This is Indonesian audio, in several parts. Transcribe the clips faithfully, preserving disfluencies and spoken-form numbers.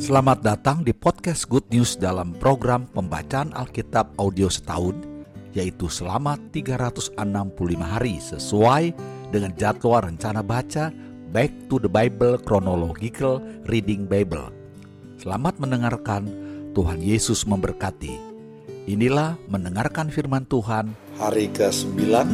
Selamat datang di podcast Good News dalam program pembacaan Alkitab audio setahun, yaitu selama tiga ratus enam puluh lima hari sesuai dengan jadwal rencana baca Back to the Bible Chronological Reading Bible. Selamat mendengarkan, Tuhan Yesus memberkati. Inilah mendengarkan firman Tuhan hari kesembilan.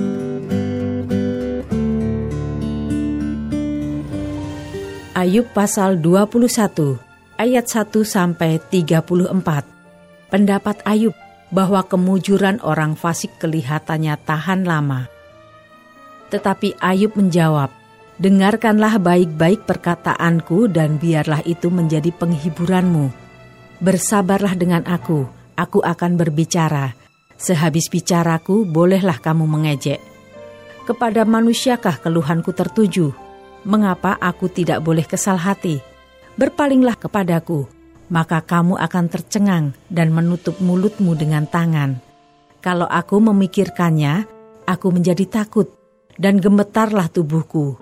Ayub pasal dua puluh satu ayat satu sampai tiga puluh empat. Pendapat Ayub bahwa kemujuran orang fasik kelihatannya tahan lama. Tetapi Ayub menjawab, "Dengarkanlah baik-baik perkataanku dan biarlah itu menjadi penghiburanmu. Bersabarlah dengan aku, aku akan berbicara. Sehabis bicaraku bolehlah kamu mengejek. Kepada manusiakah keluhanku tertuju? Mengapa aku tidak boleh kesal hati? Berpalinglah kepadaku, maka kamu akan tercengang dan menutup mulutmu dengan tangan. Kalau aku memikirkannya, aku menjadi takut dan gemetarlah tubuhku.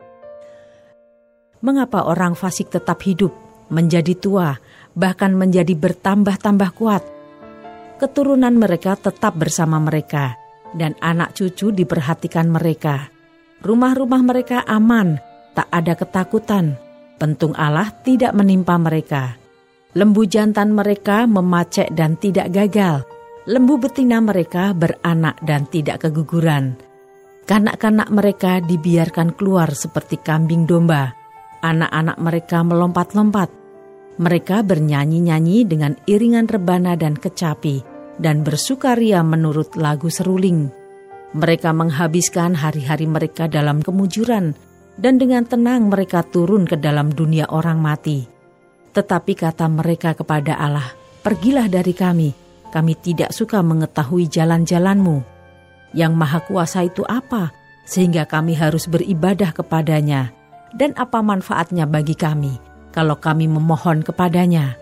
Mengapa orang fasik tetap hidup, menjadi tua, bahkan menjadi bertambah-tambah kuat? Keturunan mereka tetap bersama mereka, dan anak cucu diperhatikan mereka. Rumah-rumah mereka aman, tak ada ketakutan. Pentung Allah tidak menimpa mereka. Lembu jantan mereka memacek dan tidak gagal. Lembu betina mereka beranak dan tidak keguguran. Kanak-kanak mereka dibiarkan keluar seperti kambing domba. Anak-anak mereka melompat-lompat. Mereka bernyanyi-nyanyi dengan iringan rebana dan kecapi, dan bersukaria menurut lagu seruling. Mereka menghabiskan hari-hari mereka dalam kemujuran, dan dengan tenang mereka turun ke dalam dunia orang mati. Tetapi kata mereka kepada Allah, "Pergilah dari kami, kami tidak suka mengetahui jalan-jalan-Mu. Yang Maha Kuasa itu apa, sehingga kami harus beribadah kepadanya? Dan apa manfaatnya bagi kami, kalau kami memohon kepadanya?"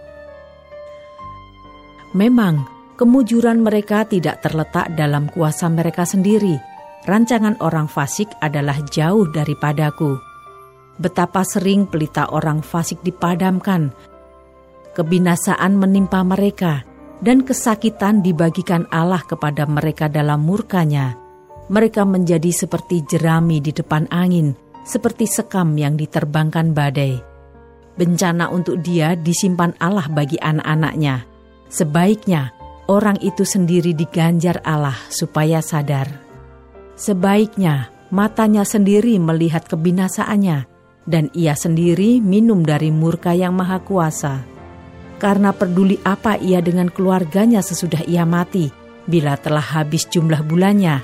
Memang, kemujuran mereka tidak terletak dalam kuasa mereka sendiri. Rancangan orang fasik adalah jauh daripadaku. Betapa sering pelita orang fasik dipadamkan. Kebinasaan menimpa mereka, dan kesakitan dibagikan Allah kepada mereka dalam murkanya. Mereka menjadi seperti jerami di depan angin, seperti sekam yang diterbangkan badai. Bencana untuk dia disimpan Allah bagi anak-anaknya. Sebaiknya orang itu sendiri diganjar Allah supaya sadar. Sebaiknya matanya sendiri melihat kebinasaannya, dan ia sendiri minum dari murka yang maha kuasa. Karena peduli apa ia dengan keluarganya sesudah ia mati, bila telah habis jumlah bulannya?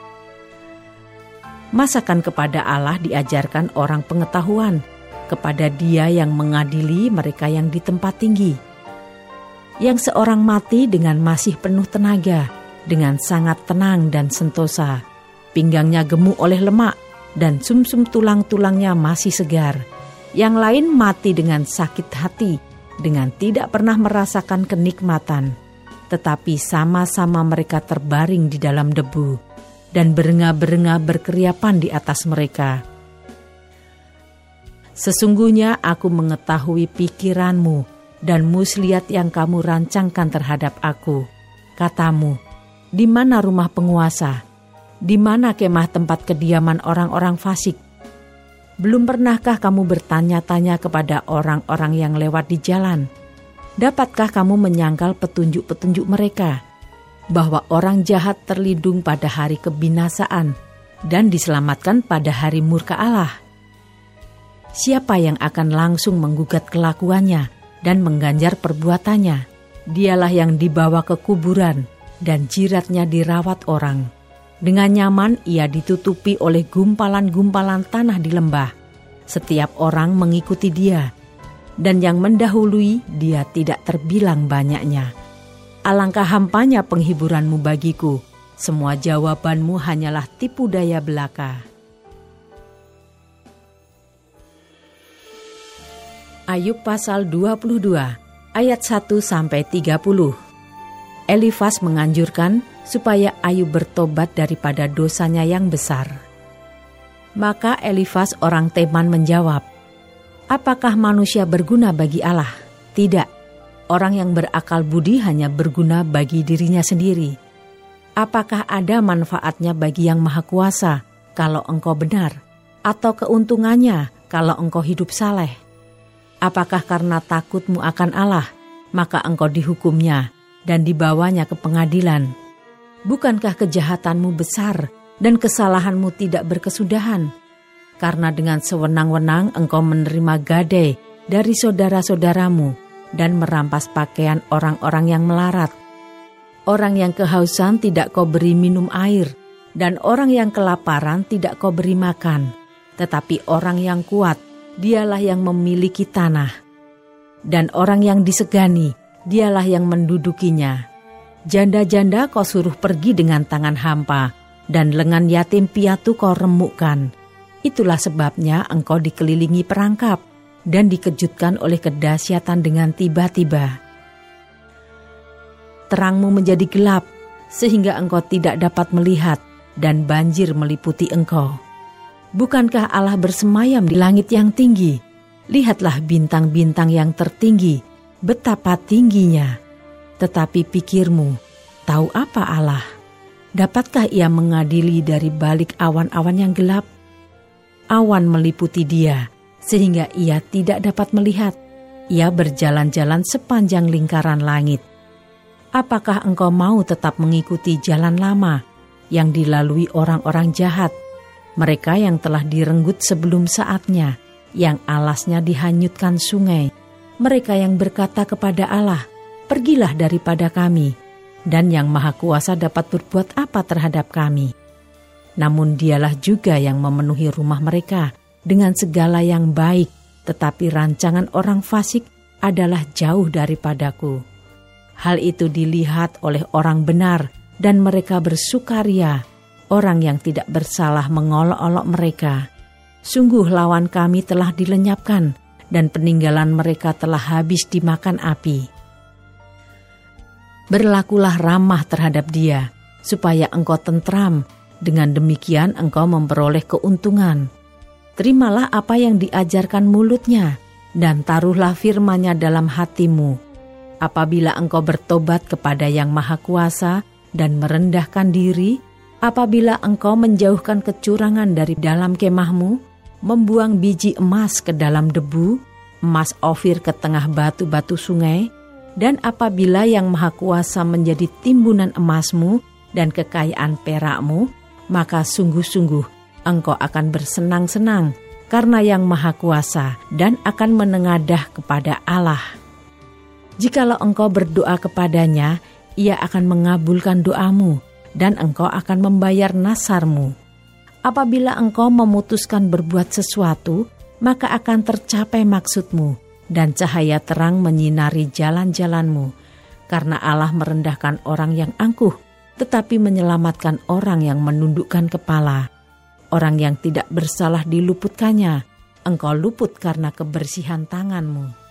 Masakan kepada Allah diajarkan orang pengetahuan, kepada Dia yang mengadili mereka yang di tempat tinggi. Yang seorang mati dengan masih penuh tenaga, dengan sangat tenang dan sentosa. Pinggangnya gemuk oleh lemak, dan sumsum tulang-tulangnya masih segar. Yang lain mati dengan sakit hati, dengan tidak pernah merasakan kenikmatan. Tetapi sama-sama mereka terbaring di dalam debu, dan berenga-berenga berkeriapan di atas mereka. Sesungguhnya aku mengetahui pikiranmu, dan muslihat yang kamu rancangkan terhadap aku. Katamu, di mana rumah penguasa? Di mana kemah tempat kediaman orang-orang fasik? Belum pernahkah kamu bertanya-tanya kepada orang-orang yang lewat di jalan? Dapatkah kamu menyangkal petunjuk-petunjuk mereka, bahwa orang jahat terlindung pada hari kebinasaan dan diselamatkan pada hari murka Allah? Siapa yang akan langsung menggugat kelakuannya dan mengganjar perbuatannya? Dialah yang dibawa ke kuburan dan jiratnya dirawat orang. Dengan nyaman ia ditutupi oleh gumpalan-gumpalan tanah di lembah. Setiap orang mengikuti dia, dan yang mendahului dia tidak terbilang banyaknya. Alangkah hampanya penghiburanmu bagiku, semua jawabanmu hanyalah tipu daya belaka. Ayub pasal dua puluh dua ayat satu sampai tiga puluh. Elifas menganjurkan supaya Ayub bertobat daripada dosanya yang besar. Maka Elifas orang Teman menjawab, "Apakah manusia berguna bagi Allah? Tidak, orang yang berakal budi hanya berguna bagi dirinya sendiri. Apakah ada manfaatnya bagi Yang Maha Kuasa kalau engkau benar, atau keuntungannya kalau engkau hidup saleh? Apakah karena takutmu akan Allah, maka engkau dihukumnya dan dibawanya ke pengadilan? Bukankah kejahatanmu besar dan kesalahanmu tidak berkesudahan? Karena dengan sewenang-wenang engkau menerima gadai dari saudara-saudaramu dan merampas pakaian orang-orang yang melarat. Orang yang kehausan tidak kau beri minum air, dan orang yang kelaparan tidak kau beri makan. Tetapi orang yang kuat, dialah yang memiliki tanah. Dan orang yang disegani, dialah yang mendudukinya. Janda-janda kau suruh pergi dengan tangan hampa, dan lengan yatim piatu kau remukkan. Itulah sebabnya engkau dikelilingi perangkap, dan dikejutkan oleh kedahsyatan dengan tiba-tiba. Terangmu menjadi gelap, sehingga engkau tidak dapat melihat, dan banjir meliputi engkau. Bukankah Allah bersemayam di langit yang tinggi? Lihatlah bintang-bintang yang tertinggi, betapa tingginya. Tetapi pikirmu, tahu apa Allah? Dapatkah ia mengadili dari balik awan-awan yang gelap? Awan meliputi dia, sehingga ia tidak dapat melihat. Ia berjalan-jalan sepanjang lingkaran langit. Apakah engkau mau tetap mengikuti jalan lama yang dilalui orang-orang jahat, mereka yang telah direnggut sebelum saatnya, yang alasnya dihanyutkan sungai, mereka yang berkata kepada Allah, "Pergilah daripada kami," dan Yang Maha Kuasa dapat berbuat apa terhadap kami? Namun dialah juga yang memenuhi rumah mereka dengan segala yang baik, tetapi rancangan orang fasik adalah jauh daripadaku. Hal itu dilihat oleh orang benar dan mereka bersukaria. Orang yang tidak bersalah mengolok-olok mereka. Sungguh lawan kami telah dilenyapkan dan peninggalan mereka telah habis dimakan api. Berlakulah ramah terhadap dia, supaya engkau tentram. Dengan demikian engkau memperoleh keuntungan. Terimalah apa yang diajarkan mulutnya, dan taruhlah firman-Nya dalam hatimu. Apabila engkau bertobat kepada Yang Maha Kuasa dan merendahkan diri, apabila engkau menjauhkan kecurangan dari dalam kemahmu, membuang biji emas ke dalam debu, emas Ofir ke tengah batu-batu sungai, dan apabila Yang Maha Kuasa menjadi timbunan emasmu dan kekayaan perakmu, maka sungguh-sungguh engkau akan bersenang-senang karena Yang Maha Kuasa dan akan menengadah kepada Allah. Jikalau engkau berdoa kepadanya, Ia akan mengabulkan doamu dan engkau akan membayar nasarmu. Apabila engkau memutuskan berbuat sesuatu, maka akan tercapai maksudmu dan cahaya terang menyinari jalan-jalanmu. Karena Allah merendahkan orang yang angkuh, tetapi menyelamatkan orang yang menundukkan kepala. Orang yang tidak bersalah diluputkannya, engkau luput karena kebersihan tanganmu.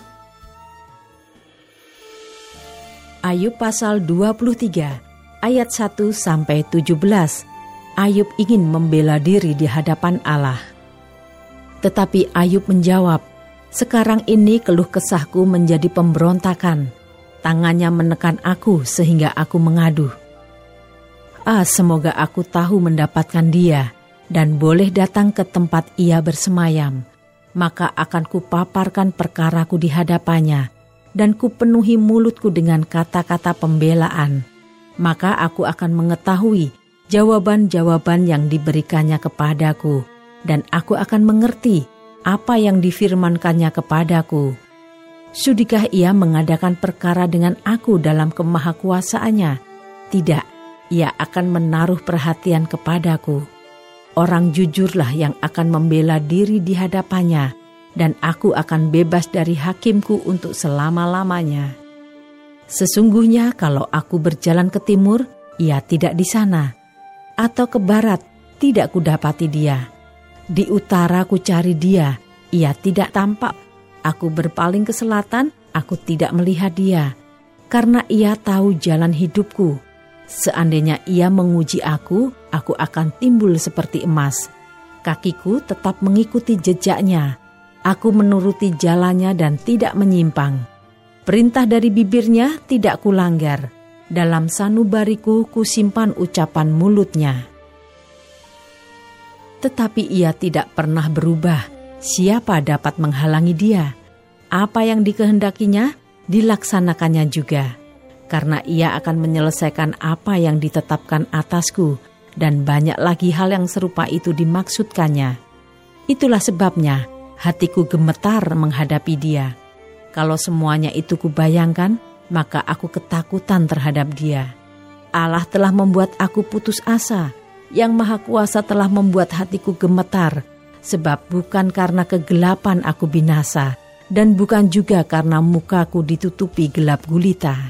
Ayub pasal dua puluh tiga, ayat satu sampai tujuh belas. Ayub ingin membela diri di hadapan Allah. Tetapi Ayub menjawab, "Sekarang ini keluh kesahku menjadi pemberontakan. Tangannya menekan aku sehingga aku mengadu. Ah, semoga aku tahu mendapatkan dia dan boleh datang ke tempat ia bersemayam. Maka akan kupaparkan perkaraku di hadapannya dan kupenuhi mulutku dengan kata-kata pembelaan. Maka aku akan mengetahui jawaban-jawaban yang diberikannya kepadaku, dan aku akan mengerti apa yang difirmankannya kepadaku. Sudikah ia mengadakan perkara dengan aku dalam kemahakuasaannya? Tidak, ia akan menaruh perhatian kepadaku. Orang jujurlah yang akan membela diri di hadapannya, dan aku akan bebas dari hakimku untuk selama-lamanya. Sesungguhnya kalau aku berjalan ke timur, ia tidak di sana, atau ke barat, tidak kudapati dia. Di utara ku cari dia, ia tidak tampak. Aku berpaling ke selatan, aku tidak melihat dia, karena ia tahu jalan hidupku. Seandainya ia menguji aku, aku akan timbul seperti emas. Kakiku tetap mengikuti jejaknya. Aku menuruti jalannya dan tidak menyimpang. Perintah dari bibirnya tidak kulanggar. Dalam sanubariku kusimpan ucapan mulutnya. Tetapi ia tidak pernah berubah. Siapa dapat menghalangi dia? Apa yang dikehendakinya, dilaksanakannya juga. Karena ia akan menyelesaikan apa yang ditetapkan atasku, dan banyak lagi hal yang serupa itu dimaksudkannya. Itulah sebabnya hatiku gemetar menghadapi dia. Kalau semuanya itu kubayangkan, maka aku ketakutan terhadap dia. Allah telah membuat aku putus asa. Yang Maha Kuasa telah membuat hatiku gemetar, sebab bukan karena kegelapan aku binasa, dan bukan juga karena mukaku ditutupi gelap gulita.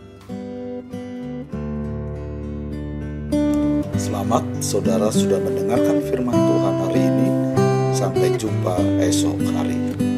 Selamat saudara sudah mendengarkan firman Tuhan hari ini. Sampai jumpa esok hari.